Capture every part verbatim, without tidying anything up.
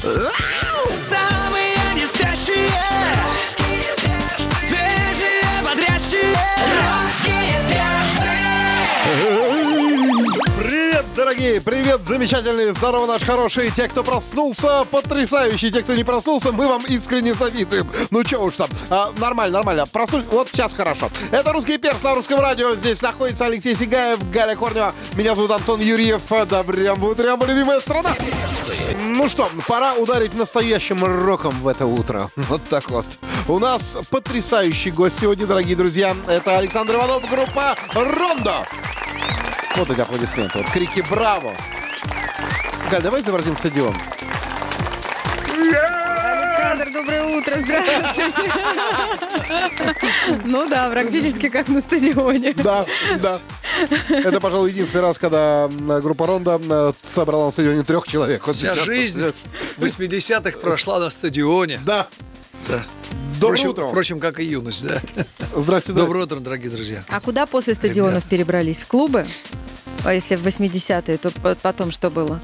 Самые не спящие, свежие, бодрящие русские перцы. Привет, дорогие, привет, замечательные, здорово, наш хороший. Те, кто проснулся, потрясающие. Те, кто не проснулся, мы вам искренне завидуем. Ну, чё уж там, а, нормально, нормально. Проснуль... Вот сейчас хорошо. Это «Русский перс» на Русском радио. Здесь находится Алексей Сигаев, Галя Корнева. Меня зовут Антон Юрьев. Добрям-бутрям, любимая страна. Ну что, пора ударить настоящим роком в это утро. Вот так вот. У нас потрясающий гость сегодня, дорогие друзья. Это Александр Иванов, группа «Рондо». Вот эти аплодисменты, вот крики «Браво!». Галь, давай изобразим стадион. Александр, доброе утро, здравствуйте. Ну да, практически как на стадионе. Да, да. Это, пожалуй, единственный раз, когда группа «Рондо» собрала на стадионе трех человек. Вот Вся сейчас. жизнь восьмидесятых прошла на стадионе. Да. Да. Доброе Впрочем, утро. впрочем, как и юность, да. Здравствуйте. Доброе утро, дорогие друзья. А куда после стадионов Ребят. перебрались? В клубы? А если в восьмидесятые, то по- потом что было?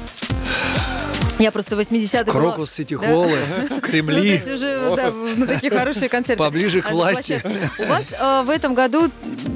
Я просто в восьмидесятые была- Крокус, Сити-холлы, Ну, то Кремли, есть уже да, на такие хорошие концерты. поближе к А, власти. У вас э, в этом году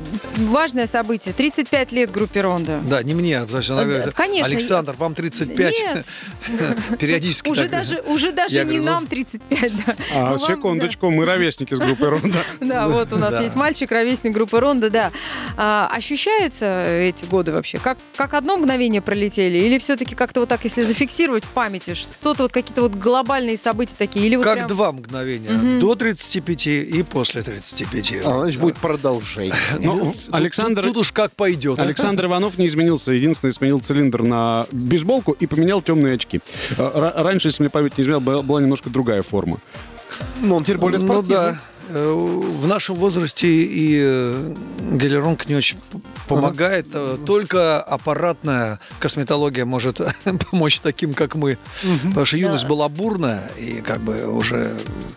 важное событие. тридцать пять лет группе «Рондо». Да, не мне, потому что она Да, говорит, конечно, Александр, вам тридцать пять. Нет. Периодически Уже так. даже, уже даже Я не говорю, ну- нам тридцать пять, да. А, Ну, вам, секундочку, мы ровесники с группой «Рондо». Да, да, вот у нас Да. есть мальчик, ровесник группы «Рондо», да. А, ощущаются эти годы вообще? Как, как одно мгновение пролетели? Или все-таки как-то вот так, если зафиксировать в памяти, что-то вот какие-то вот глобальные события такие? Или вот Как прям- два мгновения. До тридцати пяти и после тридцати пяти. А, значит, будет продолжение. Ну, Александр, Тут уж как пойдет. Александр Иванов не изменился. Единственное, сменил цилиндр на бейсболку и поменял темные очки. Р- Раньше, если мне память не изменяла, была была немножко другая форма. Ну, он теперь более Ну спортивный. да. Э, В нашем возрасте и э, гиалуронка не очень п- помогает. Э, Только аппаратная косметология может помочь таким, как мы. Потому что юность была бурная и как бы уже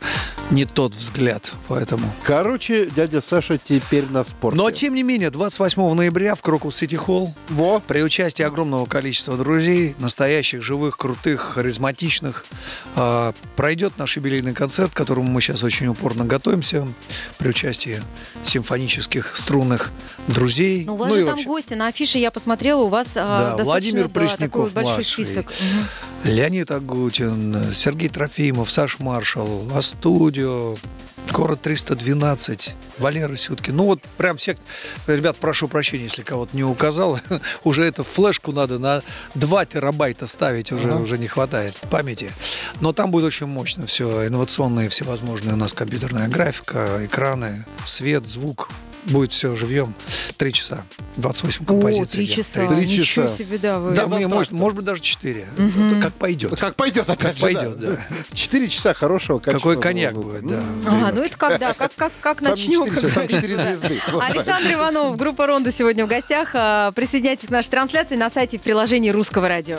не тот взгляд. Поэтому. Короче, дядя Саша теперь на спорте. Но, тем не менее, двадцать восьмого ноября в Крокус Сити Холл Во. при участии огромного количества друзей, настоящих, живых, крутых, харизматичных, э, пройдет наш юбилейный концерт, к которому мы сейчас очень упорно готовимся, при участии симфонических струнных друзей. Ну, у вас Ну же и там вообще. гости. На афише я посмотрела, у вас а, Да, достаточно Владимир да, такой Пресняков большой младший. список. Мгм. Леонид Агутин, Сергей Трофимов, Саш Маршал, А-студио, Город триста двенадцать, Валера Сюткин. Ну вот прям всех... Ребят, прошу прощения, если кого-то не указал. Уже эту флешку надо на два терабайта ставить, уже, Ага. уже не хватает памяти. Но там будет очень мощно все. Инновационные всевозможные у нас компьютерная графика, экраны, свет, звук. Будет все живьем. Три часа. двадцать восемь О, композиций. три идет. часа. Три Ничего часа. себе, да. Вы... Да, Без мне, может, антракта. может быть, даже четыре. Это как пойдет. Как пойдет, опять Как же. пойдет, да. Четыре часа хорошего Какой качественного коньяк звука. будет, Ну, да. Ага, ну это когда? Как, как, как Там не начнем? четыре, как там четыре говорится, да. звезды. Вот так. Александр Иванов, группа «Рондо» сегодня в гостях. А, Присоединяйтесь к нашей трансляции на сайте и в приложении Русского радио.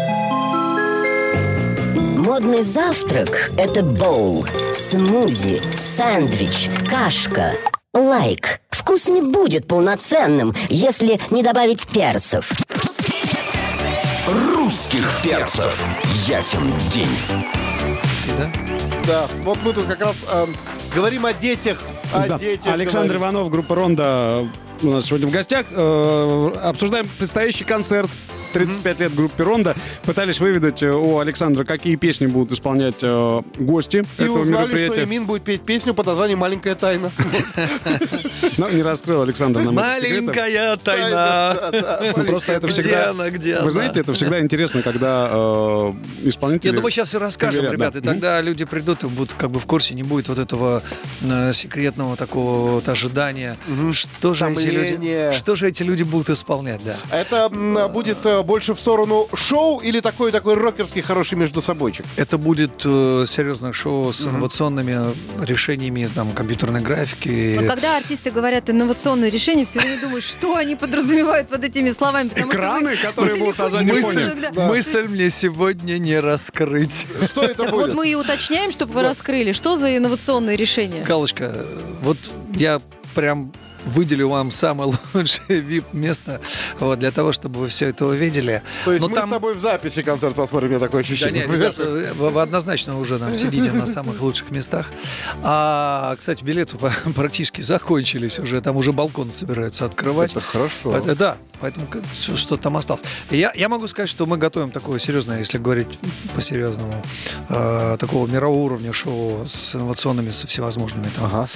Модный завтрак – это боул, смузи, сэндвич, кашка. Лайк. Вкус не будет полноценным, если не добавить перцев. Русских перцев. Ясен день. Да? Да, вот мы тут как раз э, говорим о детях. О Да. детях. Александр говорим. Иванов, группа «Рондо» у нас сегодня в гостях. Э, Обсуждаем предстоящий концерт. тридцать пять лет группе «Рондо». Пытались выведать э, у Александра, какие песни будут исполнять э, гости И этого узнали, что мероприятия. Эмин будет петь песню под названием «Маленькая тайна». Но не раскрыл Александр нам этих секретов. Маленькая тайна. Ну, просто это Где всегда... она, где Вы она? знаете, это всегда интересно, когда э, исполнители... Я думаю, сейчас все расскажем, говорят, ребята, да. и тогда люди придут и будут как бы в курсе, не будет вот этого э, секретного такого вот ожидания, что же эти люди, Томление. что же эти люди будут исполнять, да. Это м, будет э, больше в сторону шоу или такой такой рокерский хороший между собойчик? Это будет э, серьезное шоу с инновационными решениями там компьютерной графики. Но когда артисты говорят инновационные решения, все время думаешь, что они подразумевают под этими словами. потому что Экраны, вы- которые вы будут на далеко заднем не фоне. человек, да. Мысль мне сегодня не раскрыть. Что это Так вот будет? мы и уточняем, чтобы вы раскрыли. Что за инновационные решения? Галочка, вот я прям выделю вам самое лучшее вип-место, вот, для того, чтобы вы все это увидели. То есть Но мы там... с тобой в записи концерт посмотрим, у меня такое Да ощущение. нет, ребята, вы, вы однозначно уже там сидите на самых лучших местах. А, кстати, билеты практически закончились уже, там уже балкон собираются открывать. Это хорошо. По- Да, поэтому что там осталось. Я, я могу сказать, что мы готовим такое серьезное, если говорить по-серьезному, э, такого мирового уровня шоу с инновационными, со всевозможными там, Ага.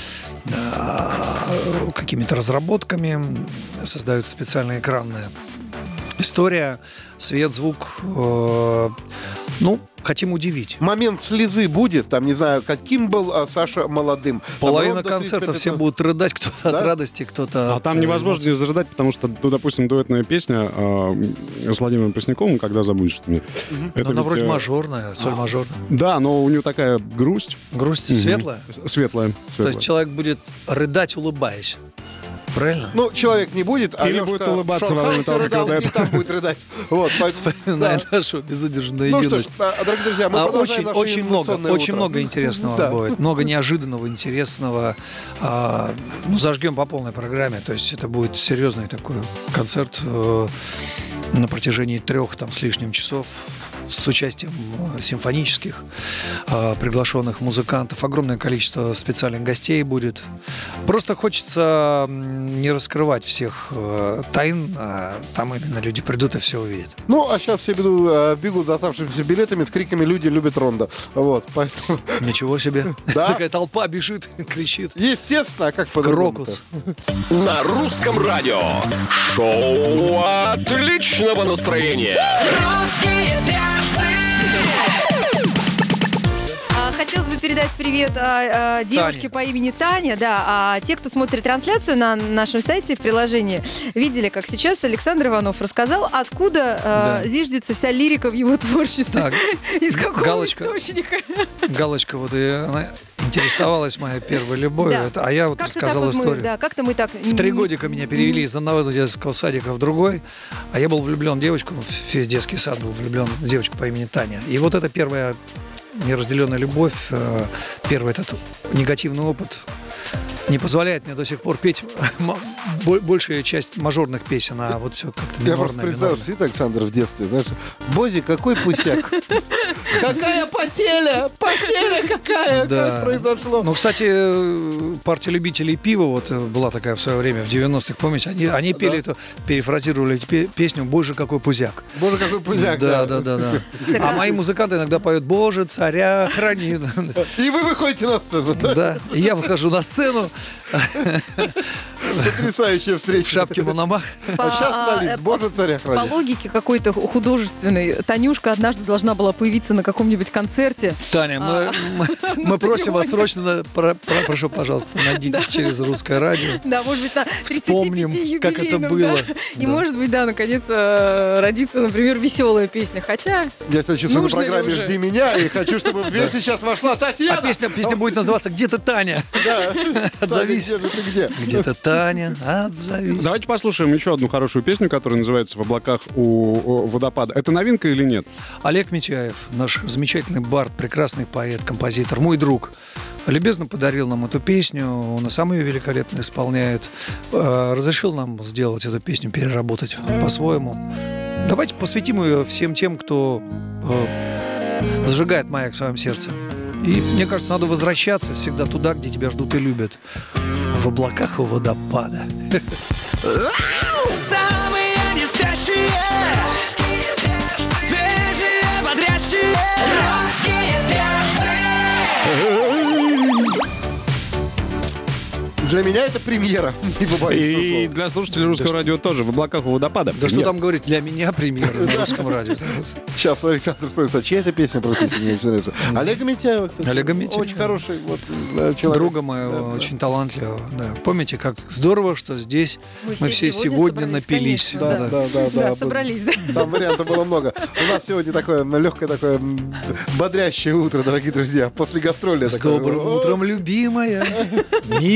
э, какими-то разработками. Создается специальная экранная история, свет, звук. Э, ну, хотим удивить. Момент слезы будет, там, не знаю, каким был а, Саша молодым. Там Половина ровно концерта тридцать все пять будут рыдать, кто-то Да? от радости, кто-то А от, там э, невозможно не зарыдать, потому что, ну, допустим, дуэтная песня э, с Владимиром Пресняковым «Когда забудешь ты меня». Это она ведь, вроде э, мажорная, соль мажорная. Да, но у нее такая грусть. Грусть Мгм. светлая. С- Светлая. То светлая. есть человек будет рыдать, улыбаясь. Правильно? Ну, человек не будет, а Или Лёшка будет улыбаться во время шарахался, того, как рыдал, рыдает. и там будет рыдать. Вот, поэтому, Вспоминая да. нашу безудержную Ну что ж, юность. а, дорогие друзья, мы А продолжаем очень, наше очень много, инновационное очень утро. много интересного Да. будет, много неожиданного, интересного. А, ну, зажгем по полной программе. То есть это будет серьезный такой концерт э, на протяжении трех там с лишним часов с участием э, симфонических э, приглашенных музыкантов. Огромное количество специальных гостей будет. Просто хочется м, не раскрывать всех э, тайн, а там именно люди придут и все увидят. Ну, а сейчас все бегут, а, бегут за оставшимися билетами с криками «Люди любят Рондо». Вот, поэтому... Ничего себе. Да. Такая толпа бежит, кричит. Естественно, а как по-другому-то? Крокус. На русском радио. Шоу отличного настроения. Русские перцы. А, Хотелось бы передать привет а, а, девушке Тане. по имени Таня. Да, а те, кто смотрит трансляцию на нашем сайте в приложении, видели, как сейчас Александр Иванов рассказал, откуда а, Да. зиждется вся лирика в его творчестве. Так, Из какого галочка. источника. Галочка, вот и она интересовалась моей первой любовью, Да. это- а я вот Как-то так рассказал вот мы, историю. да, как-то мы так... В три годика меня перевели из одного детского садика в другой, а я был влюблен в девочку, в весь детский сад был влюблен в девочку по имени Таня. И вот это первая неразделенная любовь, э, первый этот негативный опыт не позволяет мне до сих пор петь м- бо- большая часть мажорных песен, а вот все как-то Я просто минорное, представил, минорное. что сидит Александр в детстве, знаешь, Бози, какой пусяк. Какая потеря, потеря какая, Да. как произошло. Ну, кстати, э, партия любителей пива вот э, была такая в свое время, в девяностых, помните, они, они пели эту, перефразировали эту пе- песню «Боже, какой пузяк». Боже, какой пузяк. Да, да, да, да. А мои музыканты иногда поют «Боже, царя храни». И вы выходите на сцену, да? Да, и я выхожу на сцену Потрясающая в встреча. шапке Мономах. А сейчас солист, по- Боже, царя По храни. логике какой-то художественной, Танюшка однажды должна была появиться на каком-нибудь концерте. Таня, мы, мы, мы просим вас срочно, на- про- про- прошу, пожалуйста, найдитесь через русское радио. Да, может быть, на Вспомним, тридцати пяти как это юбилейном, было. да. И, Да. может быть, да, наконец э, родится, например, веселая песня. Хотя... Я себя чувствую на Нужно ли программе уже? «Жди меня» и хочу, чтобы в дверь сейчас вошла А Татьяна. песня, песня будет называться «Где ты, Таня?» Да. Отзовись. Таня, где же ты где? Где-то Таня, отзовись. Давайте послушаем еще одну хорошую песню, которая называется «В облаках у, у водопада». Это новинка или нет? Олег Митяев, наш замечательный бард, прекрасный поэт, композитор, мой друг, любезно подарил нам эту песню, он и сам ее великолепно исполняет, Э, разрешил нам сделать эту песню, переработать по-своему. Давайте посвятим ее всем тем, кто э, зажигает маяк в своем сердце. И мне кажется, надо возвращаться всегда туда, где тебя ждут и любят. В облаках у водопада. Самые не спящие. Свежие, бодрящие. Русские перцы. Для меня это премьера, не побоюсь этого И слова. для слушателей русского радио тоже. «В облаках у водопада». Да что Нет. там говорить, для меня премьера на русском радио. Сейчас Александр спросит, а чья это песня, простите, мне очень нравится. Олега Митяева, кстати. Олега Митяева. Очень хороший вот, э, человек. Друга моего, Да, да. очень талантливого. Да. Помните, как здорово, что здесь Мы мы все все сегодня сегодня собрались, напились. конечно, Да, да. да, да, да. Да, собрались, да. Там вариантов было много. У нас сегодня такое легкое такое м, бодрящее утро, дорогие друзья. После гастроли. С такое, добрым о, утром, любимая, милая.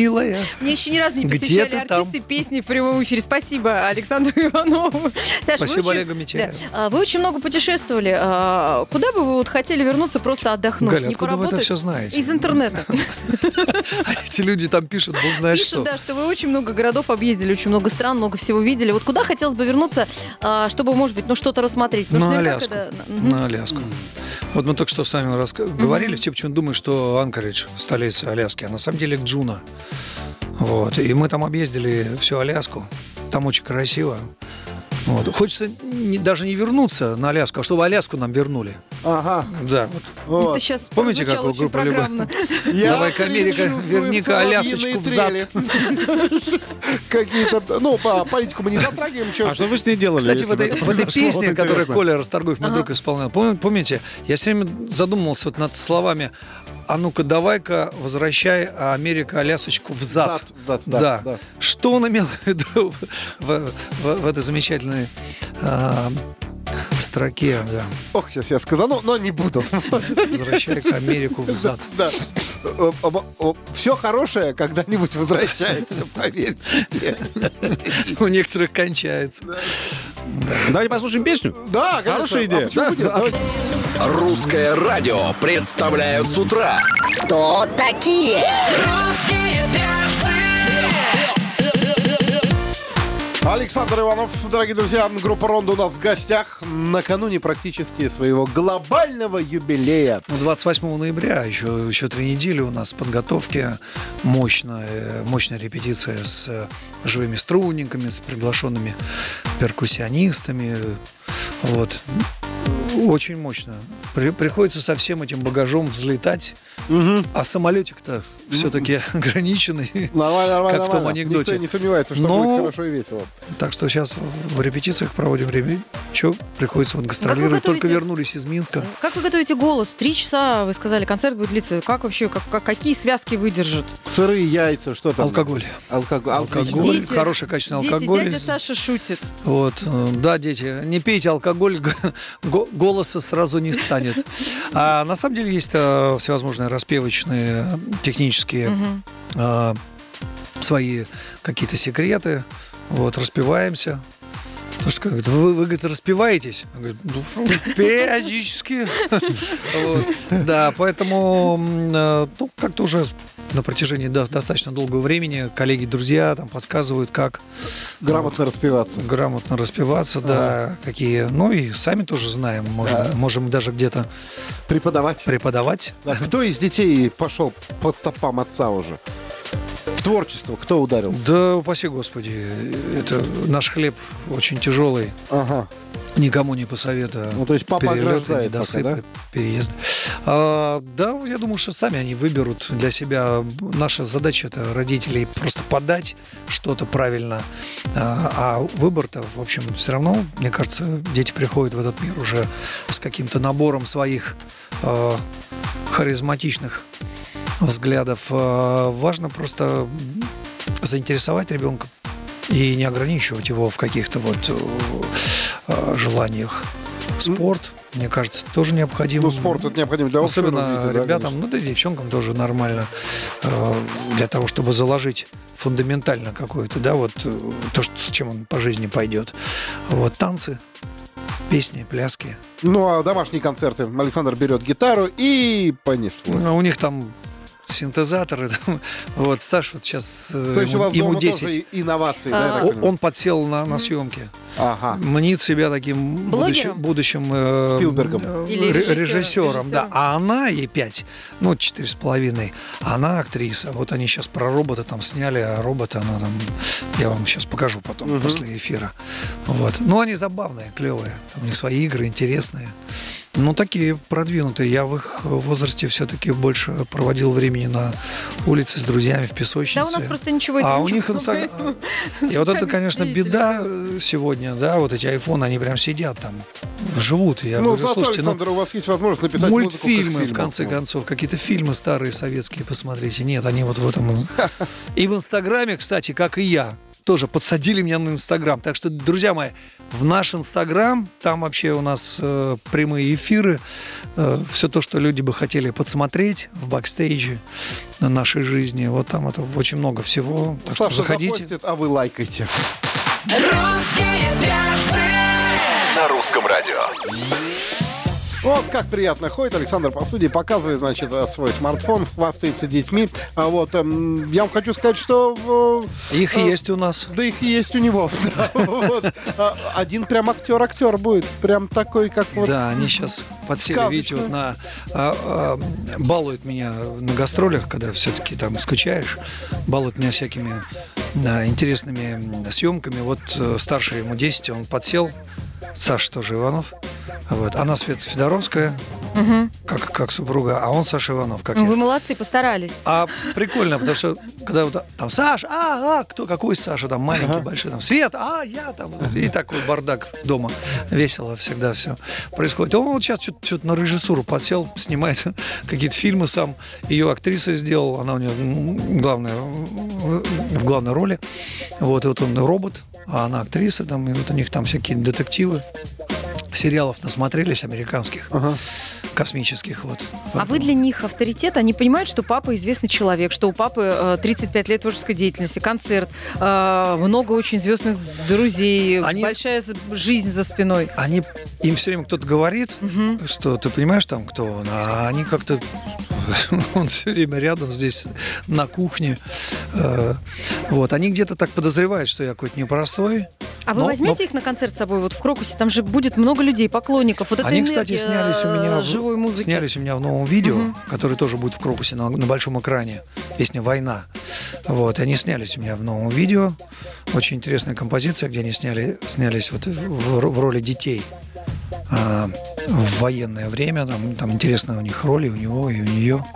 Мне еще ни разу не Где посвящали ты там? артисты песни в прямом эфире. Спасибо Александру Иванову. Саш, вы Спасибо очень- Олегу Митяеву. Да. А, Вы очень много путешествовали. А, Куда бы вы вот хотели вернуться просто отдохнуть? Галя, не откуда вы это поработать? все знаете? Из интернета. А эти люди там пишут, бог знает Пишут, что. да, что вы очень много городов объездили, очень много стран, много всего видели. Вот куда хотелось бы вернуться, а, чтобы, может быть, ну что-то рассмотреть? Потому что На наверняка, Аляску. когда- Мгм. На Аляску. Вот мы только что с вами раска- говорили, все почему-то думают, что Анкоридж, столица Аляски, а на самом деле Джуна. Вот. И мы там объездили всю Аляску. Там очень красиво. Вот. Хочется не- даже не вернуться на Аляску, а чтобы Аляску нам вернули. Ага. Да, вот. Вот. Это сейчас Помните, прозвучало как у очень группы «Любовь»? программно. Я Давай-ка, Америка, предчувствую верни-ка Алясочку соловьиные в зад. трели. Какие-то, ну, по политику мы не затрагиваем. чё А ж. что вы с ней делали? Кстати, если в этой, бы это в этой произошло? песне, Вот которую интересно. Коля Расторгуев, мой друг, исполнял, пом- помните, я все время задумывался вот над словами «А ну-ка, давай-ка возвращай Америка Алясочку в зад». Взад, взад, да, да. Что он имел в виду в, в- в этой замечательной а, строке? Да. Ох, сейчас я сказану, но не буду. Возвращай-ка Америку в зад. Да. Все хорошее когда-нибудь возвращается, поверьте мне. У некоторых кончается. Давайте послушаем песню. Да, конечно. Хорошая идея. А почему бы нет? Давайте. Русское радио представляют с утра. Кто такие? Русские перцы! Александр Иванов, дорогие друзья, группа «Рондо» у нас в гостях накануне практически своего глобального юбилея. Ну, двадцать восьмого ноября, еще, еще три недели у нас подготовки, мощная, мощная репетиция с э, живыми струнниками, с приглашенными перкуссионистами. Вот. Очень мощно. При- приходится со всем этим багажом взлетать, а самолетик-то все-таки ограниченный. Нормально, нормально, Как в том нормально. анекдоте. Никто не сомневается, что Но- будет хорошо и весело. Так что сейчас в репетициях проводим время. Че, приходится вот гастролировать. готовите? Только вернулись из Минска. Как вы готовите голос? Три часа, вы сказали, концерт будет длиться. Как вообще, как, как- какие связки выдержит? Сырые яйца, что там? Алкоголь. Алкоголь. Алкоголь. Отлично. Дети- Хороший качественный Дети, алкоголь. дядя Саша шутит. Вот, э, да, дети, не пейте алкоголь, го- голоса сразу не станет. А на самом деле есть э, всевозможные распевочные, технические э, свои какие-то секреты. Вот, распеваемся. Потому что говорит, вы, вы, говорит, распеваетесь? Он говорит, ну, периодически. Вот. Да, поэтому м, э, ну, как-то уже на протяжении до- достаточно долгого времени коллеги, друзья там подсказывают, как Грамотно распеваться. грамотно распеваться, да, какие, ну и сами тоже знаем, можем, Да. можем даже где-то Преподавать. преподавать. Да, кто из детей пошел под стопам отца уже? В творчество кто ударился? Да, упаси Господи, это наш хлеб очень тяжелый, Ага. никому не посоветую. Ну, то есть папа Перелеты, ограждает пока, недосыпы, да? переезды. А, да, я думаю, что сами они выберут для себя. Наша задача это родителей просто подать что-то правильно. А, а выбор-то, в общем, все равно, мне кажется, дети приходят в этот мир уже с каким-то набором своих а, харизматичных взглядов. А, важно просто заинтересовать ребенка и не ограничивать его в каких-то вот э, желаниях. Спорт, мне кажется, тоже необходим. Ну, спорт это необходимо для общего Особенно развития, да, ребятам, конечно. ну да и девчонкам тоже нормально, э, для того, чтобы заложить фундаментально какое-то, да, вот э, то, что, с чем он по жизни пойдет. Вот танцы, песни, пляски. Ну, а домашние концерты. Александр берет гитару и понеслось. Ну, у них там синтезаторы. Вот Саш вот сейчас То есть у ему, вас ему дома десять. тоже инновации, да, я А, так О- понимаю? Он подсел на, на съемки. Ага. Мнит себя таким будущим, Блогером? будущим э, Спилбергом. э, Или ре- режиссером, режиссером, да. режиссером. А она ей пять, ну четыре с половиной. Она актриса. Вот они сейчас про робота там сняли, а робота она там, я вам сейчас покажу потом после эфира. Вот. Ну они забавные, клевые. Там у них свои игры интересные. Ну, такие продвинутые. Я в их возрасте все-таки больше проводил времени на улице с друзьями в песочнице. Да, у нас просто ничего этого А у не них было, инстаграм. поэтому И вот это, сами конечно, видите. беда э, сегодня, да, вот эти айфоны, они прям сидят там, живут. И я Ну, говорю, зато, слушайте, ну, Александр, у вас есть возможность написать музыку к их мультфильмы, в фильмам. конце Ну. концов, какие-то фильмы старые советские посмотрите. Нет, они вот в этом... И в Инстаграме, кстати, как и я, тоже подсадили меня на Инстаграм. Так что, друзья мои, в наш Инстаграм, там вообще у нас э, прямые эфиры, э, все то, что люди бы хотели подсмотреть в бэкстейдже на нашей жизни. Вот там это очень много всего. Так что Саша заходите. запостит, а вы лайкайте. Русские перцы. На русском радио. Вот как приятно ходит Александр по студии, показывает, значит, свой смартфон, хвастается детьми. А вот эм, я вам хочу сказать, что... Э, Их э, есть у нас. Да их и есть у него. Да, вот. А, один прям актер-актер будет. Прям такой, как вот... Да, они сейчас подсели, сказочно. видите, вот на... а, а, балуют меня на гастролях, когда все-таки там скучаешь, балуют меня всякими да, интересными съемками. Вот э, старший ему десять, он подсел, Саша тоже Иванов. Вот. Она Света Федоровская, Мгм. как, как супруга, а он Саша Иванов, как Ну, я. вы молодцы, постарались. А прикольно, потому что когда вот там Саша, а, а, кто, какой Саша, там маленький, большой, там Свет, а, я там, и такой бардак дома, весело всегда все происходит. Он вот сейчас что-то, что-то на режиссуру подсел, снимает какие-то фильмы сам, ее актриса сделал, она у нее м, главная, в в главной роли, вот, и вот он робот, а она актриса, там, и вот у них там всякие детективы, сериалов насмотрелись американских, космических, вот. А вы для них авторитет? Они понимают, что папа известный человек, что у папы э, тридцать пять лет творческой деятельности, концерт, э, много очень звездных друзей, Они- большая з- жизнь за спиной. Они, им все время кто-то говорит, что ты понимаешь там, кто он, а они как-то он все время рядом здесь на кухне. Э, Вот, они где-то так подозревают, что я какой-то непростой. А вы Но- возьмете но- их на концерт с собой вот в Крокусе? Там же будет много людей, поклонников. Вот эта Они, энергия кстати, снялись у меня в, живой музыки. снялись у меня в новом видео, которое тоже будет в Крокусе на, на большом экране. Песня «Война». Вот, и они снялись у меня в новом видео. Очень интересная композиция, где они сняли, снялись вот в, в- в роли детей. А, в военное время. Там, там интересные у них роли, у него и у нее.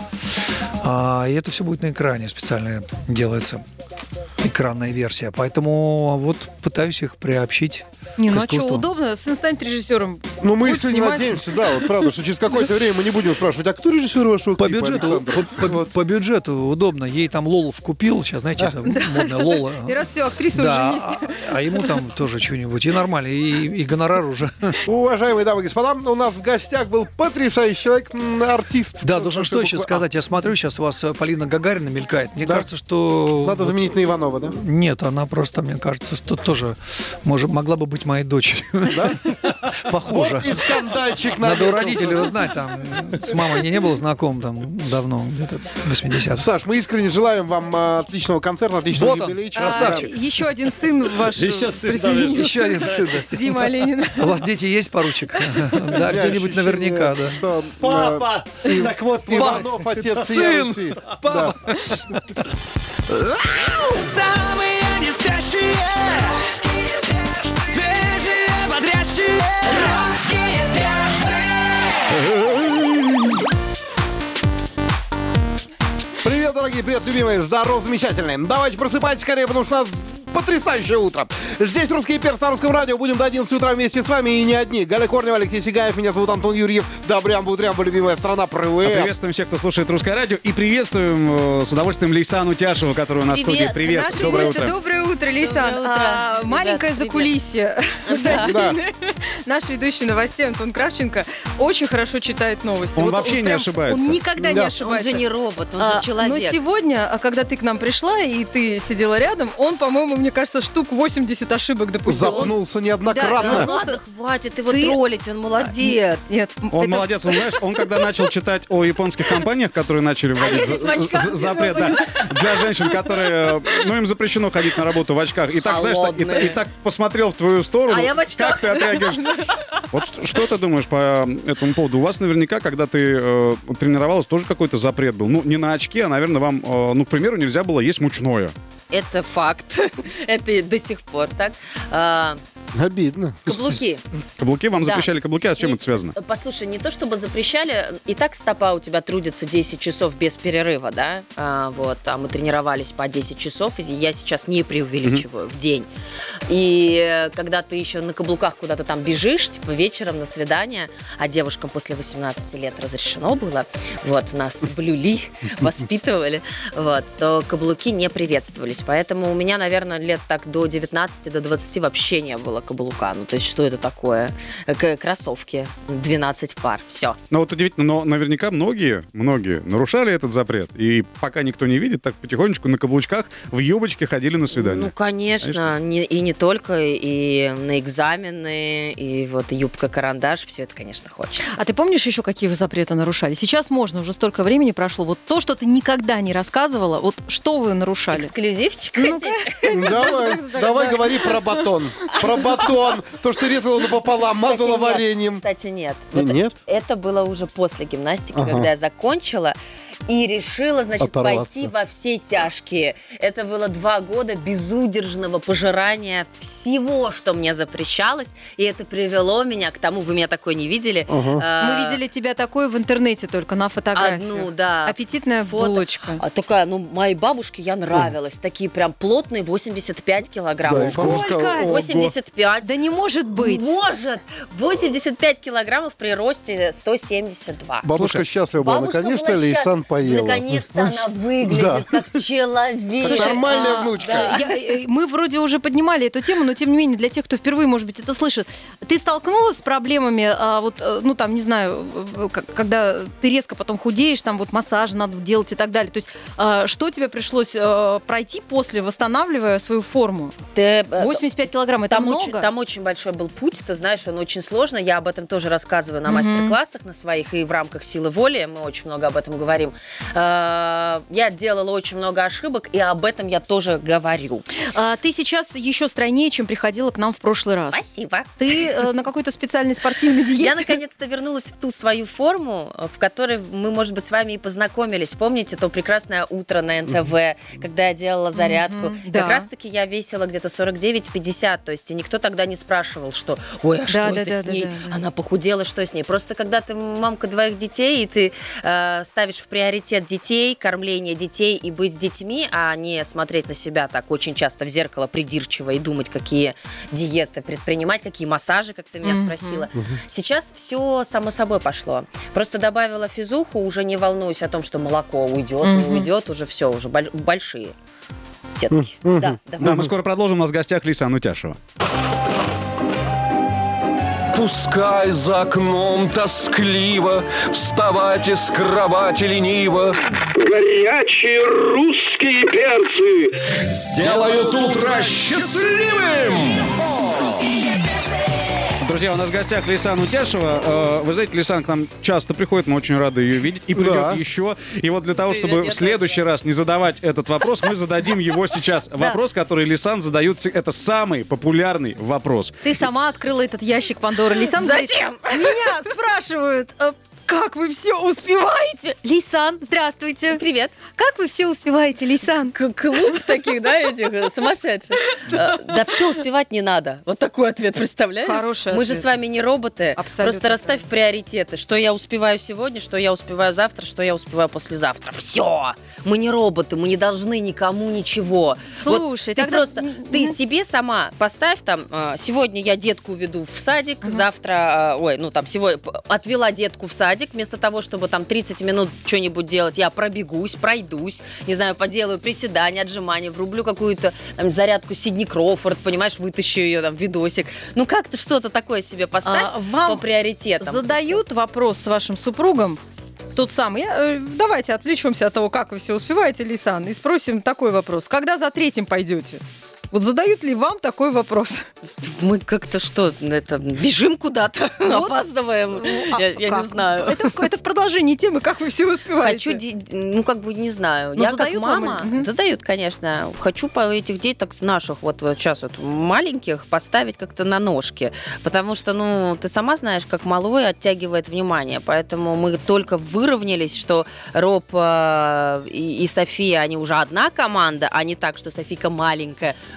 А, и это все будет на экране специально делается. Экранная версия. Поэтому вот пытаюсь их приобщить Не, к ну а что, искусству. удобно? Сын станет режиссером. Ну, мы будет искренне снимать. надеемся, да, вот правда, что через какое-то время мы не будем спрашивать, а кто режиссер вашего По клипа, бюджету, Александр? по, по- по бюджету удобно. Ей там Лолов купил. Сейчас, знаете, это модная Лола. И раз все, актриса Да, уже есть. а, а ему там тоже что-нибудь. И нормально, и, и гонорар уже. Уважаемые дамы и господа, у нас в гостях был потрясающий человек, м, артист. Да, должен что еще А, сказать? Я смотрю, сейчас у вас э, Полина Гагарина мелькает. Мне Да. кажется, что... Надо заменить на Иванова, да? Нет, она просто, мне кажется, что тоже может, могла бы быть моей дочерью. Да? Похоже. Вот и скандальчик Надо у начался. родителей узнать. Там, с мамой не, не был знаком там давно, где-то в восьмидесятых. Саш, мы искренне желаем вам а, отличного концерта, отличного Вот он, юбилейчика. красавчик. А, еще один сын ваш Еще сын, присоединился. Еще один сын. да. Дима Оленин. У вас дети есть, поручик? Да, У меня где-нибудь ощущение, наверняка, да. Что, Папа! э, так вот, Иванов, отец Сын! Сын! Папа! Самые не спящие. Свежие, бодрящие. Русские перцы. Привет, дорогие, привет, любимые, здорово, замечательные. Давайте просыпайтесь скорее, потому что у нас потрясающее утро. Здесь «Русские перцы» на Русском радио. Будем до одиннадцати утра вместе с вами и не одни. Галя Корнева, Алексей Сигаев, меня зовут Антон Юрьев. Добрям, будрям, любимая страна, привет. Приветствуем всех, кто слушает «Русское радио». И приветствуем э, с удовольствием Лейсану Тяшеву, которая у нас в студии. Привет, Наши доброе гости, утро. доброе утро, Лейсан. Доброе утро. А, Ребят, маленькое привет. закулисье. Да. Наш ведущий новостей Антон Кравченко очень хорошо читает новости. Он Вот вообще не прям- ошибается. Он никогда не Да. Он ошибается. же не робот, он А, же человек. Но сегодня, а, когда ты к нам пришла и ты сидела рядом, он, по-моему, мне кажется, штук восемьдесят ошибок допустил. Он- Запнулся Да, неоднократно. ну ладно, хватит его Ты- троллить, он молодец. Нет, Он это- молодец, он, знаешь, он когда начал читать о японских компаниях, которые начали вводить здесь за- в очках за- сижу, запрет да, для женщин, которые, ну, им запрещено ходить на работу в очках. И так, знаешь, так, и, Холодные. и так посмотрел в твою сторону. А я в очках. Как ты отреагируешь? Вот что, что ты думаешь по этому поводу? У вас наверняка, когда ты э, тренировалась, тоже какой-то запрет был. Ну, не на очки, а, наверное, вам, э, ну, к примеру, нельзя было есть мучное. Это факт. Это и до сих пор так. А, Обидно. Каблуки. Каблуки? Вам Да. запрещали каблуки, а с чем Не- это связано? Послушай, не то чтобы запрещали, и так стопа у тебя трудится десять часов без перерыва, да, а, вот, а мы тренировались по десять часов, и я сейчас не преувеличиваю, в день. И э, когда ты еще на каблуках куда-то там бежишь, типа вечером на свидание, а девушкам после восемнадцати лет разрешено было, вот, нас блюли, воспитывали, вот, то каблуки не приветствовались, поэтому у меня, наверное, лет так до девятнадцати, до двадцати вообще не было каблука, ну, то есть что это такое? К- Кроссовки, двенадцать пар, все. Ну вот удивительно, но наверняка многие, многие нарушали этот запрет. И пока никто не видит, так потихонечку на каблучках в юбочке ходили на свидание. Ну, конечно, не- и не только, и на экзамены, и вот юбка-карандаш, все это, конечно, хочется. А ты помнишь еще, какие вы запреты нарушали? Сейчас можно, уже столько времени прошло. Вот то, что ты никогда не рассказывала, вот что вы нарушали? Эксклюзивчик Ну-ка. хотите? Давай, Да, давай да. говори про батон. Про батон. То, что ты резала напополам, мазала Кстати, нет. вареньем. Кстати, нет. Не- Вот нет? Это было уже после гимнастики, Ага. когда я закончила и решила, значит, Оторваться. пойти во все тяжкие. Это было два года безудержного пожирания всего, что мне запрещалось, и это привело меня к тому, вы меня такой не видели. а, Мы видели тебя такой в интернете только на фотографии. Одну, да. Аппетитная Фото. булочка. А такая, ну, моей бабушке я нравилась. Такие прям плотные, восемьдесят пять килограммов. Да, и бабушка, Сколько? ого. восемьдесят пять. Да не может быть. Может! восемьдесят пять килограммов при росте сто семьдесят два. Бабушка Слушай, счастлива была. Бабушка Наконец-то была Лейсан счастлива. поела. Наконец-то она выглядит Да. как человек. Как нормальная А, внучка. да. Я- э, мы вроде уже поднимали эту тему, но тем не менее, для тех, кто впервые, может быть, это слышит, ты столкнулась с проблемами, а, вот, э, ну там, не знаю, э, как- когда ты резко потом худеешь, там вот массаж надо делать и так далее. То есть, а, что тебе пришлось э, пройти после, восстанавливая свою форму? Ты, э, восемьдесят пять килограмм, это Там много? очень, там очень большой был путь, ты знаешь, он очень сложный. Я об этом тоже рассказываю на Мгм. мастер-классах на своих и в рамках «Силы воли». Мы очень много об этом говорим. Э, Я делала очень много ошибок, и об этом я тоже говорю. А, ты сейчас еще стройнее, чем приходила к нам в прошлый раз. Спасибо. Ты э, на какой-то специальной спортивной диете? Я наконец-то вернулась в ту свою форму, в которой мы, может быть, с вами и познакомились. Помните то прекрасное утро на эн тэ вэ, когда я делала зарядку? Мгм, да. Как раз-таки я весила где-то сорок девять пятьдесят, то есть и никто тогда не спрашивал, что «Ой, а что да, это да, с да, ней? да, да. Она похудела, что с ней?» Просто когда ты мамка двоих детей, и ты э, ставишь в приоритет детей, кормление детей и быть с детьми, а не смотреть на себя так очень часто в зеркало придирчиво и думать, какие диеты предпринимать, какие массажи, как ты меня Мгм. спросила. Сейчас все само собой пошло. Просто добавила физуху, уже не волнуюсь о том, что молоко уйдет, не Мгм. уйдет, уже все, уже боль- большие детки. Да, давай. Да, мы скоро продолжим. У нас в гостях Лейсан Утяшева. Пускай за окном тоскливо вставать из кровати лениво. Горячие русские перцы. Сделают утро счастливым! Друзья, у нас в гостях Лейсан Утяшева. Э, Вы знаете, Лейсан к нам часто приходит, мы очень рады ее видеть. И придет Да. еще. И вот для того, Привет, чтобы я в следующий раз не задавать этот вопрос, мы зададим его сейчас. Вопрос, который Лейсан задают, это самый популярный вопрос. Ты сама открыла этот ящик Пандоры. Лейсан говорит, Зачем? меня спрашивают, «А как вы все успеваете? Лейсан, здравствуйте. Привет. Как вы все успеваете, Лейсан? К- Клуб таких, да, этих э, сумасшедших. Э, Да все успевать не надо. Вот такой ответ, представляешь? Хороший Мы же ответ. с вами не роботы. Абсолютно Просто расставь приоритеты. Что я успеваю сегодня, что я успеваю завтра, что я успеваю послезавтра. Все. Мы не роботы, мы не должны никому ничего. Слушай, Вот ты тогда- просто, Мгм. ты себе сама поставь там, э, сегодня я детку веду в садик, завтра, э, ой, ну там, сегодня п- отвела детку в садик, вместо того, чтобы там тридцать минут что-нибудь делать, я пробегусь, пройдусь, не знаю, поделаю приседания, отжимания, врублю какую-то там зарядку Сидни Кроуфорд, понимаешь, вытащу ее там, видосик. Ну как-то что-то такое себе поставь А, вам по приоритетам. Задают вопрос с вашим супругом, тот самый. Я, э, давайте отвлечемся от того, как вы все успеваете, Лейсан, и спросим такой вопрос. Когда за третьим пойдете? Вот задают ли вам такой вопрос? Мы как-то что, это, бежим куда-то, Вот. опаздываем, А я, я как? не знаю. Это, в- это в продолжении темы, как вы все успеваете. Хочу, ди- ну, как бы, не знаю. Ну, я как задают вам мама, или- Мгм. задают, конечно. Хочу по этих деток наших, вот, вот сейчас вот маленьких, поставить как-то на ножки. Потому что, ну, ты сама знаешь, как малой оттягивает внимание. Поэтому мы только выровнялись, что Роб э, и, и София, они уже одна команда, а не так, что Софийка маленькая,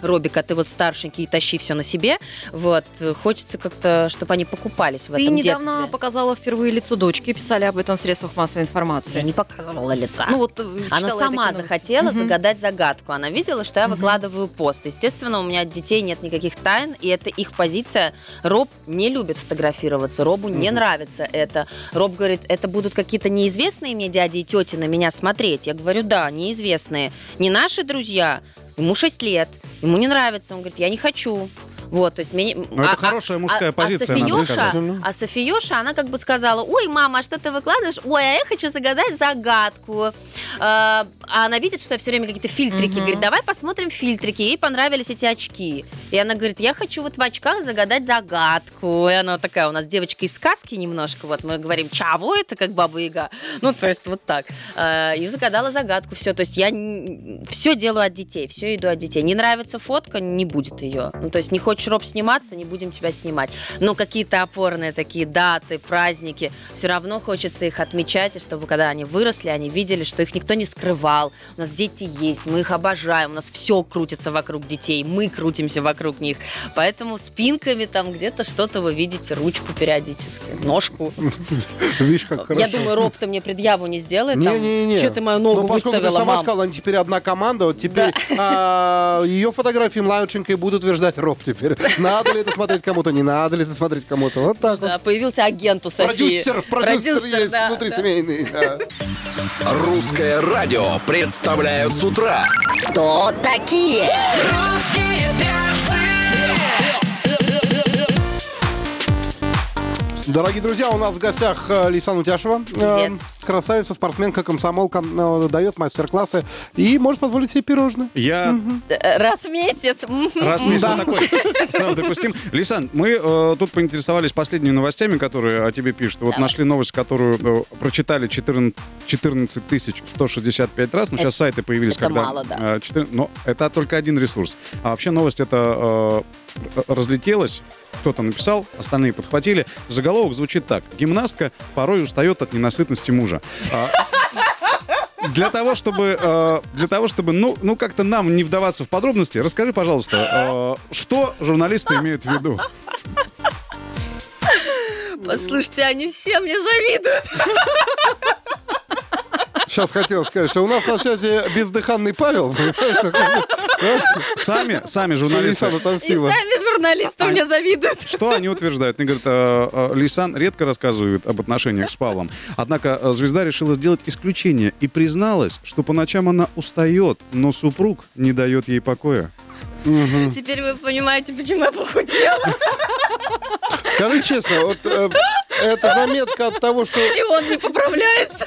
Робика, ты вот старшенький, тащи все на себе. Вот. Хочется как-то, чтобы они покупались в Ты этом недавно детстве. показала впервые лицо дочки, писали об этом в средствах массовой информации. Я не показывала лица. Ну вот, Она сама захотела Мгм. загадать загадку. Она видела, что я выкладываю пост. Естественно, у меня от детей нет никаких тайн, и это их позиция. Роб не любит фотографироваться, Робу не нравится это. Роб говорит, это будут какие-то неизвестные мне дяди и тети на меня смотреть. Я говорю, да, неизвестные. Не наши друзья. Ему шесть лет. Ему не нравится. Он говорит, я не хочу. Вот, то есть мне... Ну, это хорошая мужская позиция, а надо Софиюша, сказать. а Софиюша, она как бы сказала, ой, мама, а что ты выкладываешь? Ой, а я хочу загадать загадку. А а она видит, что я все время какие-то фильтрики. Говорит, давай посмотрим фильтрики. Ей понравились эти очки. И она говорит, я хочу вот в очках загадать загадку. И она такая у нас девочка из сказки немножко. Вот мы говорим, чего это, как Баба Яга? Ну, то есть вот так. А, И загадала загадку. Все, то есть я все делаю от детей. Все иду от детей. Не нравится фотка, не будет ее. Ну, то есть не хочешь, Роб, сниматься, не будем тебя снимать. Но какие-то опорные такие даты, праздники, все равно хочется их отмечать, и чтобы когда они выросли, они видели, что их никто не скрывал. У нас дети есть, мы их обожаем, у нас все крутится вокруг детей, мы крутимся вокруг них. Поэтому спинками там где-то что-то вы видите, ручку периодически, ножку. Видишь, как хорошо. Я думаю, Роб-то мне предъяву не сделает. там, Не-не-не. Что ты мою ногу Ну, поскольку выставила, ты сама мам? сказала, они теперь одна команда, вот теперь а, ее фотографии младшенькой будут утверждать Роб теперь. Надо ли это смотреть кому-то, не надо ли это смотреть кому-то. Вот так Да, вот. появился агент у Софии. Продюсер, продюсер есть да, внутрисемейный. да. Русское радио представляют с утра. Кто такие? Русские Дорогие друзья, у нас в гостях э, Лейсан Утяшева. Э, Привет. красавица, спортсменка, комсомолка. э, дает мастер-классы и может позволить себе пирожные. Я Э, Раз в месяц. раз в месяц такой сам допустим. Лейсан, мы э, тут поинтересовались последними новостями, которые о тебе пишут. Вот Давай. нашли новость, которую э, прочитали четырнадцать тысяч сто шестьдесят пять раз. Ну, сейчас сайты появились, это когда... мало, да. э, четырнадцать Но это только один ресурс. А вообще новость эта э, разлетелась. Кто-то написал, остальные подхватили. Заголовок звучит так. Гимнастка порой устает от ненасытности мужа. А, Для того, чтобы, э, для того, чтобы ну, ну, как-то нам не вдаваться в подробности, расскажи, пожалуйста, э, что журналисты имеют в виду? Послушайте, они все мне завидуют. Сейчас хотел сказать, что у нас на связи бездыханный Павел. Сами, сами журналисты. Лейсан И отомстила. сами журналисты мне завидуют. Что они утверждают? Они говорят, э, э, Лейсан редко рассказывает об отношениях с Павлом. Однако э, звезда решила сделать исключение и призналась, что по ночам она устает, но супруг не дает ей покоя. Теперь вы понимаете, почему я похудела. Скажи честно, вот э, это заметка от того, что... И он не поправляется.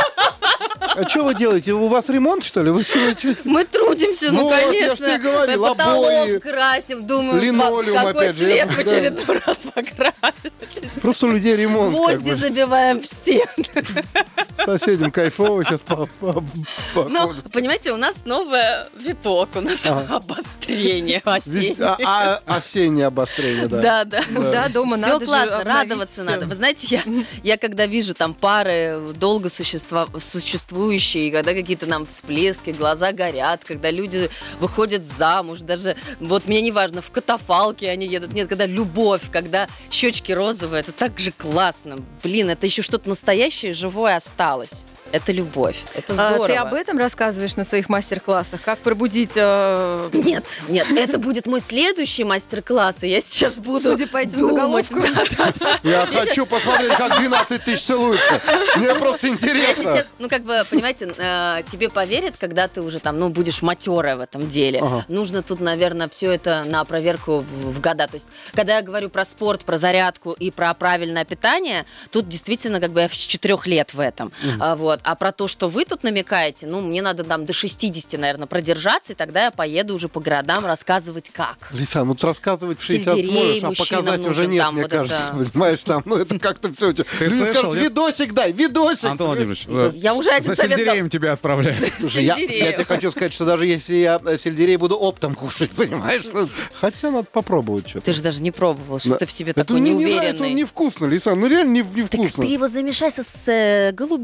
А что вы делаете? У вас ремонт, что ли? Вы чё- чё- Мы трудимся, ну, Вот, я ж конечно. тебе говорил, Мы потолок обои, красим, думаю, линолеум, какой опять же, цвет это, в да. очередной раз покрасить. Просто у людей ремонт. как Гвозди бы. забиваем в стены. Соседям кайфово сейчас по, по- по Ну, ходу. понимаете, у нас новый виток, у нас обострение Весь- осеннее. а- а- осеннее обострение, да. Да, да. Ну да, дома Все надо же классно, обновить радоваться всё. надо. Вы знаете, я, я когда вижу там пары долго существа, существующие, когда какие-то нам всплески, глаза горят, когда люди выходят замуж, даже, вот мне не важно, в катафалке они едут, нет, когда любовь, когда щечки розовые, это так же классно. Блин, это еще что-то настоящее, живое осталось. Это любовь, это А, здорово. ты об этом рассказываешь на своих мастер-классах? Как пробудить... э, Нет, нет, это будет мой следующий мастер-класс, и я сейчас буду Судя по этим думать. заголовкам. Да, да, да. Я хочу посмотреть, как двенадцать тысяч целуются. Мне просто Я интересно. сейчас, ну, как бы, понимаете, э, тебе поверят, когда ты уже там, ну, будешь матерая в этом деле. Ага. Нужно тут, наверное, все это на проверку в, в года. То есть, когда я говорю про спорт, про зарядку и про правильное питание, тут действительно, как бы, я с четырех лет в этом. А, вот. А про то, что вы тут намекаете, ну, мне надо там до шестидесяти, наверное, продержаться, и тогда я поеду уже по городам рассказывать, как. Лейсан, вот рассказывать в шестьдесят Сельдерей сможешь, а мужчинам показать уже нужен нет, там мне вот кажется. это. Понимаешь, там, ну это как-то все. Люди слышал, скажут, нет? видосик дай, видосик. Антон Владимирович, э, Я уже один за совет дам. сельдереем тебя отправляют. Слушай, я, Сельдереем. я тебе хочу сказать, что даже если я э, сельдерей буду оптом кушать, понимаешь? ну, Хотя надо попробовать что-то. Ты же даже не пробовал, что Да. ты в себе Это такой мне не нравится, он неуверенный. невкусный, Лейсан, ну реально не- Так невкусно. ты его замешай со, с э, голубикой,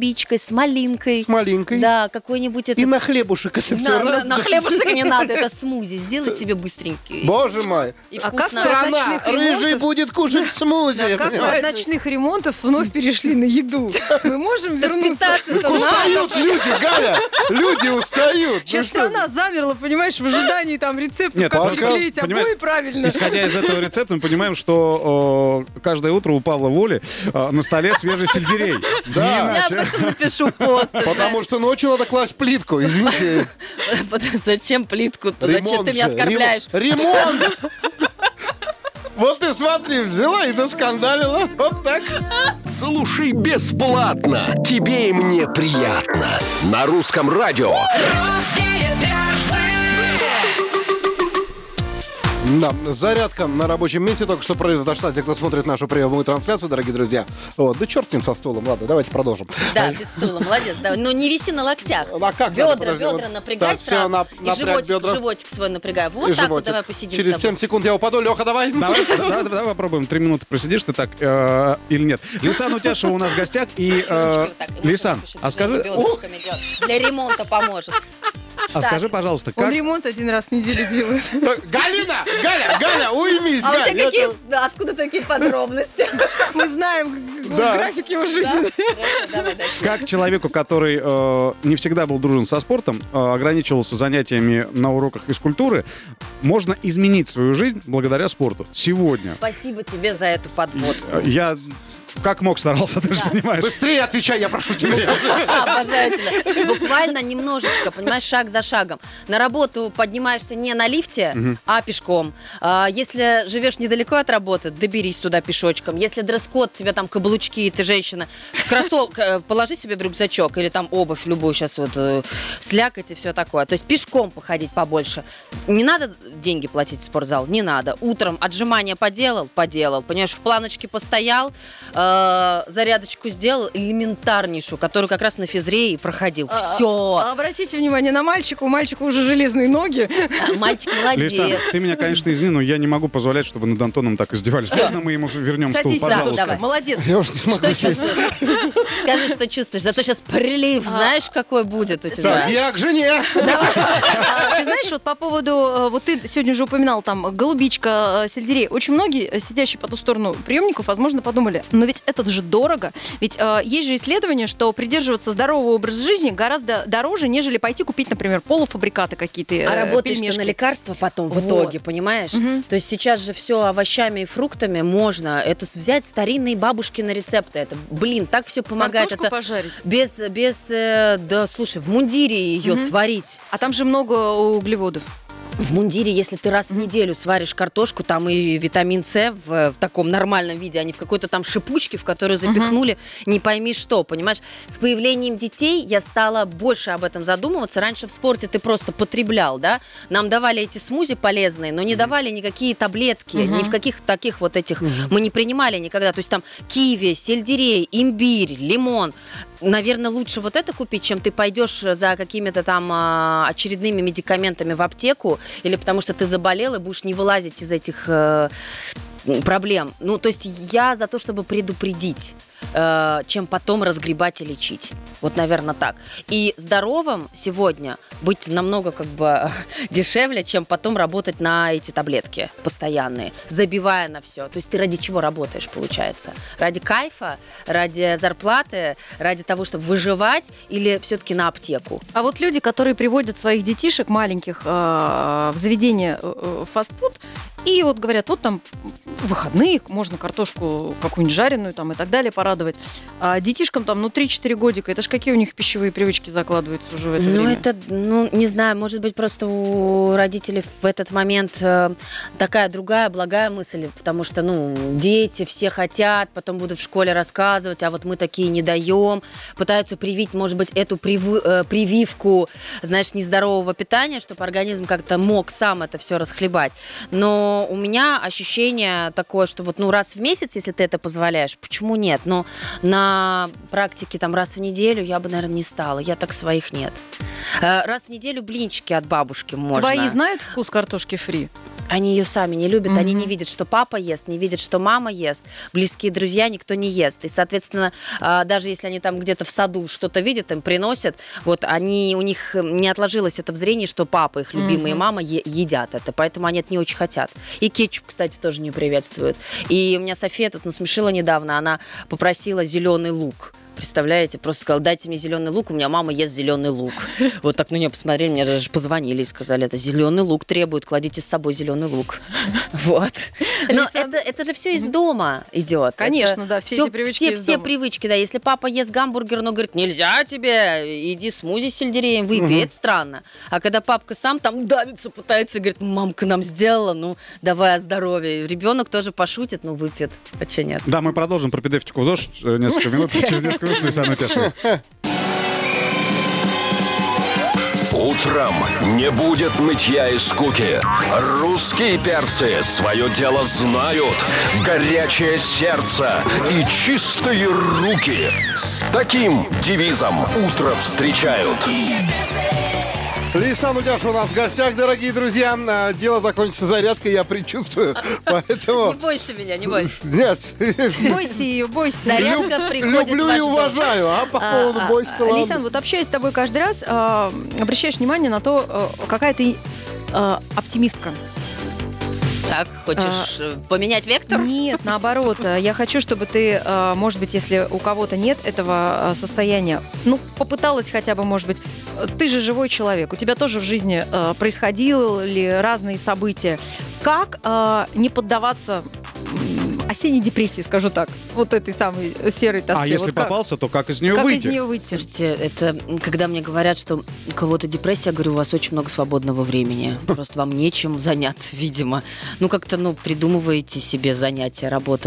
голубичкой, с малинкой. С малинкой. Да, какой-нибудь это... И на хлебушек это все на, раз. на, на хлебушек не надо, это смузи. Сделай себе быстренький. Боже мой. И А вкусно. как Страна ночных рыжий ремонтов? будет кушать смузи. Да, как мы от понимаете? ночных ремонтов вновь перешли на еду? Мы можем вернуться? питаться-то Устают люди, Галя. Люди устают. Ну Сейчас что? страна замерла, понимаешь, в ожидании там рецептов, Нет, как пока, приклеить понимаешь, обои правильно. Исходя из этого рецепта, мы понимаем, что э, каждое утро у Павла Воли э, на столе свежий сельдерей. Да. Не Я об иначе. этом напишу пост. ты Потому что ночью надо класть плитку, извините. знаешь. Зачем плитку-то? Зачем Ремонт ты меня же, оскорбляешь? рем- Ремонт! Вот ты смотри, взяла и наскандалила. Вот так. Слушай бесплатно. Тебе и мне приятно. На русском радио. Русские перцы. Да, зарядка на рабочем месте только что произошла. Те, кто смотрит нашу прямую трансляцию, дорогие друзья. Вот, да черт с ним со стулом. Ладно, давайте продолжим. Да, без стула, молодец. Давай. Но не виси на локтях. А как надо? Бедра, Подожди, бедра вот напрягай так, всё, сразу. нап- И напряг животик, бедра. животик свой напрягай. Вот И так вот животик. давай посидим Через с тобой. семь секунд я упаду. Леха, давай. Давай, давай, давай попробуем. Три минуты просидишь ты так э, или нет. Лейсан Утяшева у нас в гостях. И, э, Ручки вот так, и Лейсан, вот так а еще скажи, бедрышками делать. Для ремонта поможет. а скажи, пожалуйста, Он как... ремонт один раз в неделю делает. Так, Галина! Галя! Галя, уймись, А у Галь! тебя какие... это- Да, откуда такие подробности? Мы знаем ну, Да. график его жизни. Хорошо, давай дальше. Как человеку, который э, не всегда был дружен со спортом, э, ограничивался занятиями на уроках физкультуры, можно изменить свою жизнь благодаря спорту? Сегодня. Спасибо тебе за эту подводку. Э, Я как мог старался, ты же понимаешь. Быстрее отвечай, я прошу тебя. Обожаю тебя. Буквально немножечко, понимаешь, шаг за шагом. На работу поднимаешься не на лифте, а пешком. А, Если живешь недалеко от работы, доберись туда пешочком. Если дресс-код, тебе там каблучки, и ты женщина, в кроссовок э, положи себе в рюкзачок или там обувь любую сейчас вот э, слякоть и все такое. То есть пешком походить побольше. Не надо деньги платить в спортзал? Не надо. Утром отжимания поделал? Поделал. Понимаешь, в планочке постоял, э, зарядочку сделал элементарнейшую, которую как раз на физре и проходил. Все. А Обратите внимание на мальчика. У мальчика уже железные ноги. Мальчик молодец. Лейсан, ты меня, конечно, извини, но я не могу позволять, чтобы над Антоном так издевались. Можно мы ему вернем стул, Садись, да, пожалуйста? давай. Молодец. Я уже не смогу Что сесть. чувствуешь? Скажи, что чувствуешь. Зато сейчас прилив, знаешь, какой будет у тебя? Так, я к жене. А, Ты знаешь, вот по поводу, э, вот ты сегодня уже упоминал там голубичка, э, сельдерей. Очень многие, э, сидящие по ту сторону приемников, возможно, подумали, но ведь это же дорого. Ведь э, есть же исследование, что придерживаться здорового образа жизни гораздо дороже, нежели пойти купить, например, полуфабрикаты какие-то, э, А работаешь ты пельмешки. на лекарства потом в Вот. итоге, понимаешь? То есть сейчас же все овощами и фруктами можно. Это с- взять старинные бабушкины рецепты. Это, блин, так все помогает. Картошку Это пожарить. без, без, э, да, слушай, в мундире ее сварить. А там же много углеводов. В мундире, если ты раз в неделю сваришь картошку, там и витамин С в, в таком нормальном виде, а не в какой-то там шипучке, в которую запихнули не пойми что, понимаешь? С появлением детей я стала больше об этом задумываться. Раньше в спорте ты просто потреблял, да? Нам давали эти смузи полезные, но не давали никакие таблетки, ни в каких таких вот этих мы не принимали никогда. То есть там киви, сельдерей, имбирь, лимон. Наверное, лучше вот это купить, чем ты пойдешь за какими-то там а, очередными медикаментами в аптеку, или потому что ты заболел и будешь не вылазить из этих э, проблем. Ну, то есть я за то, чтобы предупредить, э, чем потом разгребать и лечить. Вот, наверное, так. И здоровым сегодня быть намного как бы дешевле, чем потом работать на эти таблетки постоянные, забивая на все. То есть ты ради чего работаешь, получается? Ради кайфа, ради зарплаты, ради того, чтобы выживать, или все-таки на аптеку? А вот люди, которые приводят своих детишек маленьких э, в заведение э, э, фастфуд, и вот говорят, вот там выходные, можно картошку какую-нибудь жареную там и так далее порадовать. А детишкам там, ну, три-четыре годика, это ж какие у них пищевые привычки закладываются уже в это Ну, время? это, ну, не знаю, может быть, просто у родителей в этот момент э, такая другая, благая мысль, потому что, ну, дети все хотят, потом будут в школе рассказывать, а вот мы такие не даем, пытаются привить, может быть, эту привы- э, прививку, знаешь, нездорового питания, чтобы организм как-то мог сам это все расхлебать. Но у меня ощущение такое, что вот, ну, раз в месяц, если ты это позволяешь, почему нет? Но на практике там раз в неделю я бы, наверное, не стала. Я так своих нет. Э, Раз в неделю блинчики от бабушки можно. Твои знают вкус картошки фри? Они ее сами не любят, mm-hmm. они не видят, что папа ест, не видят, что мама ест, близкие друзья никто не ест. И, соответственно, даже если они там где-то в саду что-то видят, им приносят, вот они, у них не отложилось это в зрении, что папа, их любимые mm-hmm. мама е- едят это, поэтому они это не очень хотят. И кетчуп, кстати, тоже не приветствуют. И у меня София тут насмешила недавно, она попросила зеленый лук. Представляете, просто сказала, дайте мне зеленый лук, у меня мама ест зеленый лук. Вот так на нее посмотрели, мне даже позвонили и сказали, это зеленый лук требует, кладите с собой зеленый лук. Вот. Но это, это же все из дома идет. Конечно, это да, все, все эти привычки все, из все дома. привычки, да. Если папа ест гамбургер, но говорит, нельзя тебе, иди смузи с сельдереем выпей, это странно. А когда папка сам там давится, пытается, говорит, мамка нам сделала, ну, давай о здоровье. Ребенок тоже пошутит, ну, выпьет. А че нет? Да, мы продолжим про педевтику ЗОЖ несколько минут, через несколько минут с Лейсан Утяшевой. Утром не будет нытья и скуки. Русские перцы свое дело знают. Горячее сердце и чистые руки. С таким девизом утро встречают. Лейсан Утяшева у нас в гостях, дорогие друзья. Дело закончится зарядкой, я предчувствую. Поэтому... Не бойся меня, не бойся. Нет. Бойся ее, бойся. Зарядка приходит Люблю в ваш и дом. уважаю, а по поводу А, бойся-то а, ладно. Лейсан, вот общаясь с тобой каждый раз, э, обращаешь внимание на то, э, какая ты э, оптимистка. Так, хочешь э, поменять вектор? Нет, наоборот. э, Я хочу, чтобы ты, э, может быть, если у кого-то нет этого э, состояния, ну, попыталась хотя бы, может быть, э, ты же живой человек, у тебя тоже в жизни э, происходили разные события. Как э, не поддаваться м, осенней депрессии, скажу так, вот этой самой серой тоске? А если Вот как? попался, то как из нее Как выйти? из нее выйти? Слушайте, это когда мне говорят, что у кого-то депрессия, я говорю, у вас очень много свободного времени. Просто вам нечем заняться, видимо. Ну, как-то, ну, придумываете себе занятия, работу.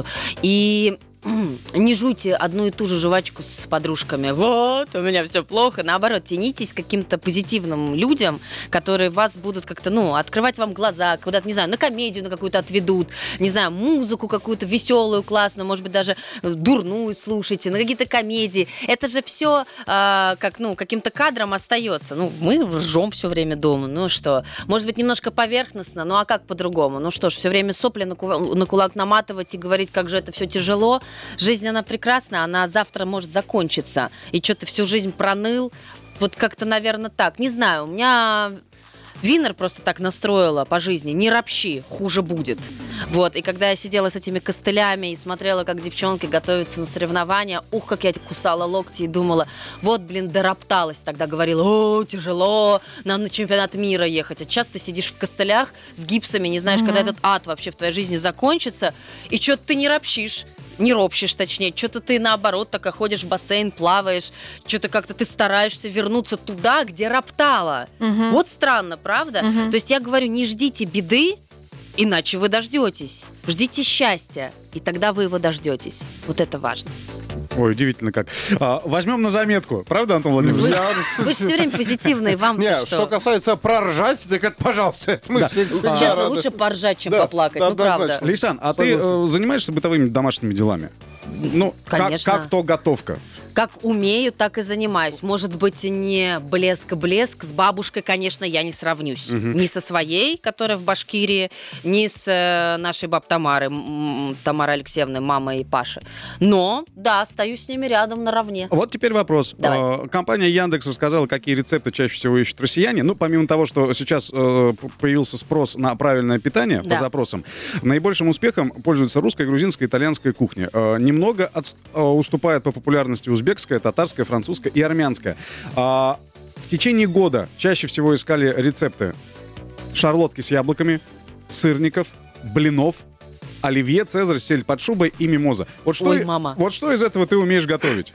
И не жуйте одну и ту же жвачку с подружками. Вот, у меня все плохо. Наоборот, тянитесь к каким-то позитивным людям, которые вас будут как-то, ну, открывать вам глаза, куда-то, не знаю, на комедию на какую-то отведут, не знаю, музыку какую-то веселую, классную, может быть, даже дурную слушайте, на какие-то комедии. Это же все э, как, ну, каким-то кадром остается. Ну, мы ржем все время дома, ну что, может быть, немножко поверхностно, ну а как по-другому? Ну что ж, все время сопли на кулак, на кулак наматывать и говорить, как же это все тяжело. Жизнь, она прекрасна, она завтра может закончиться. И что ты всю жизнь проныл. Вот как-то, наверное, так. Не знаю, у меня Винер просто так настроила по жизни. Не ропщи, хуже будет. Вот, и когда я сидела с этими костылями и смотрела, как девчонки готовятся на соревнования, ух, как я кусала локти и думала, вот, блин, доропталась. Тогда говорила, о, тяжело, нам на чемпионат мира ехать. А сейчас ты сидишь в костылях с гипсами, не знаешь, mm-hmm. когда этот ад вообще в твоей жизни закончится, и что-то ты не ропщишь. Не ропщешь, точнее, что-то ты наоборот так ходишь в бассейн, плаваешь, что-то как-то ты стараешься вернуться туда, где роптала. Угу. Вот странно, правда? Угу. То есть я говорю, не ждите беды, иначе вы дождетесь. Ждите счастья, и тогда вы его дождетесь. Вот это важно. Ой, удивительно как. А, возьмем на заметку. Правда, Антон Владимирович? Вы, вы же все время позитивные, вам Нет, что? что касается проржать, так это, пожалуйста, это мы Да. все А, Честно, рады. лучше поржать, чем Да, поплакать. да, Ну, правда. однозначно. Лейсан, а ты э, занимаешься бытовыми домашними делами? Ну, Конечно. Как, как то готовка? Как умею, так и занимаюсь. Может быть, не блеск-блеск. С бабушкой, конечно, я не сравнюсь. Угу. Ни со своей, которая в Башкирии, ни с э, нашей баб Тамары, Тамары Алексеевны, мамой Паши. Но, да, стою с ними рядом наравне. Вот теперь вопрос. Давай. Э, компания Яндекс рассказала, какие рецепты чаще всего ищут россияне. Ну, помимо того, что сейчас э, появился спрос на правильное питание Да. по запросам, наибольшим успехом пользуется русская, грузинская, итальянская кухня. Э, немного от, э, уступает по популярности узбекская, татарская, французская и армянская. А, в течение года чаще всего искали рецепты шарлотки с яблоками, сырников, блинов, оливье, цезарь, сель под шубой и мимоза. Вот что, Ой, и- мама. вот что из этого ты умеешь готовить?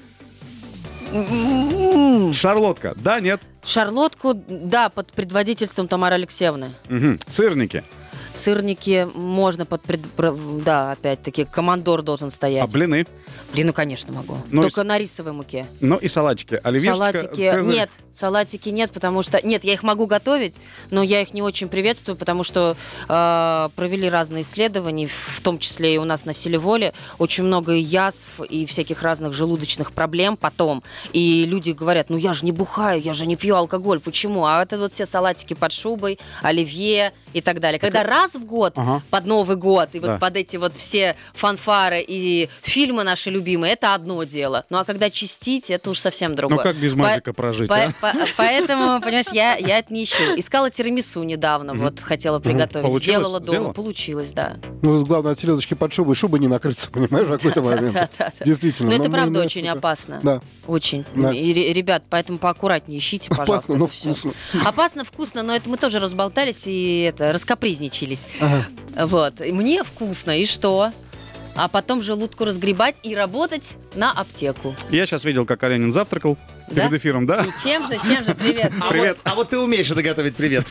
Шарлотка. Да, нет? Шарлотку, да, под предводительством Тамары Алексеевны. Мгм. Сырники. Сырники можно под... Пред... про- Да, опять-таки, командор должен стоять. А блины? Блин, ну, конечно, могу. Ну, Только и с- на рисовой муке. Ну и салатики. Оливьешечка, Салатики цезарь. нет, салатики нет, потому что нет, я их могу готовить, но я их не очень приветствую, потому что э, провели разные исследования, в том числе и у нас на Силе воли, очень много язв и всяких разных желудочных проблем потом, и люди говорят, ну я же не бухаю, я же не пью алкоголь, почему? А это вот все салатики под шубой, оливье и так далее. Когда раз в год, Ага. под Новый год, и вот Да. под эти вот все фанфары и фильмы наши любимые, это одно дело. Ну а когда чистить, это уж совсем другое. Ну как без По- мазика прожить, по- а? по- Поэтому, понимаешь, я, я это не ищу. Искала тирамису недавно, вот хотела приготовить. Получилось? Сделала дома. Сделала? Получилось, да. Ну, главное, от селедочки под шубой, шубы не накрыться, понимаешь, в какой-то момент. Да-да-да. Действительно. Но это ну, правда ну, очень супер. опасно. Да. Очень. Да. И, ре- ребят, поэтому поаккуратнее ищите, пожалуйста. Опасно, но это всё. вкусно. Опасно, вкусно, но это мы тоже разболтались и это раскапризничались. Вот. И мне вкусно, и что? А потом желудку разгребать и работать на аптеку. Я сейчас видел, как Оленин завтракал Да? перед эфиром, да? И чем же, чем же, привет. Привет. А вот ты умеешь это готовить, привет.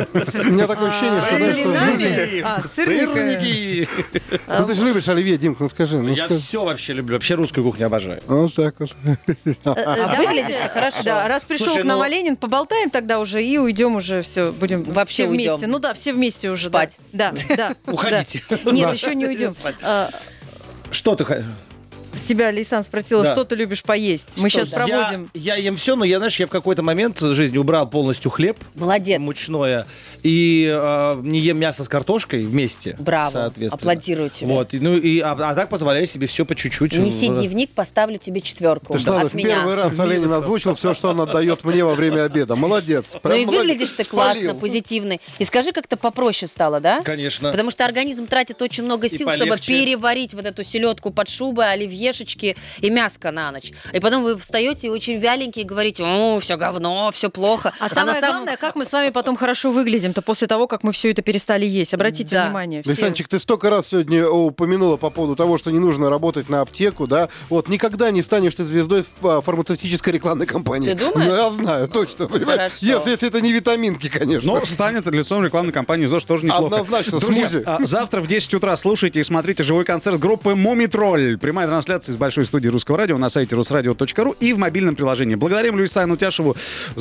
У меня такое ощущение, что, знаешь, что... Блинами? А, сырника. Сырники. Ну, ты же любишь оливье, Димка, ну скажи. Ну, Я скажи. все вообще люблю. Вообще русскую кухню обожаю. Вот так вот. Выглядишь-то хорошо. Да, раз пришел Слушай, к нам ну- Оленин, поболтаем тогда уже и уйдем уже, все, будем Вообще все вместе. уйдем. Ну да, все вместе уже. Спать. Да, да. да, Уходите. да. Нет, еще не уйдем. Спать. А, Что ты хочешь? Тебя Лейсан спросила, Да. что ты любишь поесть. Мы сейчас проводим. Я, я ем все, но я, знаешь, я в какой-то момент в жизни убрал полностью хлеб. Молодец. Мучное. И э, не ем мясо с картошкой вместе. Браво. Соответственно. Аплодирую тебе. Вот. и, Ну, и, а, а так позволяю себе все по чуть-чуть. Неси В- дневник, поставлю тебе четверку. Ты что, От в меня. первый раз Оленин озвучил все, что он отдает мне во время обеда. Молодец. Ну Прям и молодец. выглядишь ты классно, Спалил. позитивный. И скажи, как-то попроще стало, да? Конечно. Потому что организм тратит очень много сил, чтобы полегче. переварить вот эту селедку под шубой, оливьешечки и мяско на ночь. И потом вы встаете и очень вяленькие говорите, о, все говно, все плохо. А самое на самом- главное, как мы с вами потом хорошо выглядим-то после того, как мы все это перестали есть. Обратите Да. внимание. все. Лисанчик, ты столько раз сегодня упомянула по поводу того, что не нужно работать на аптеку, да? Вот, никогда не станешь ты звездой ф- фармацевтической рекламной кампании. Ты думаешь? Ну, я знаю, точно, понимаешь? Хорошо. Если, если это не витаминки, конечно. Но станет лицом рекламной кампании ЗОЖ тоже неплохо. Однозначно, Друзья, смузи. а, завтра в десять утра слушайте и смотрите живой концерт группы «Мумитроль». Прямая трансляция из большой студии Русского радио на сайте русрадио точка ру и в мобильном приложении. Благодарим Люисану Тяшеву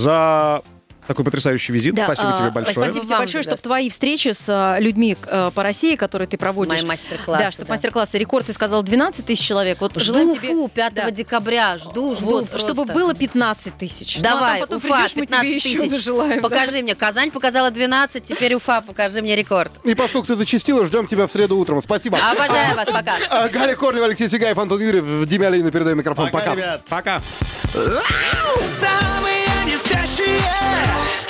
за такой потрясающий визит. Да, Спасибо а, тебе большое. Спасибо тебе вам, большое, ребят. чтобы твои встречи с а, людьми а, по России, которые ты проводишь. Мои мастер-классы, Да, чтобы да. мастер-классы. Рекорд, ты сказал, двенадцать тысяч человек. Вот Жду желаю тебе... Уфу пятого Да. декабря, жду, жду Вот, просто. чтобы было пятнадцать тысяч. Давай, ну, а там потом Уфа, придешь, мы тебе пятнадцать еще тысяч. нажелаем, да. Покажи мне. Казань показала двенадцать, теперь Уфа, покажи мне рекорд. И поскольку ты зачастила, ждем тебя в среду утром. Спасибо. Обожаю вас, пока. А, Гарри Корнев, Алексей Сигаев, Антон Юрьев, Диме Оленину передаем микрофон. Пока. ребят. Пока. Самые не спящие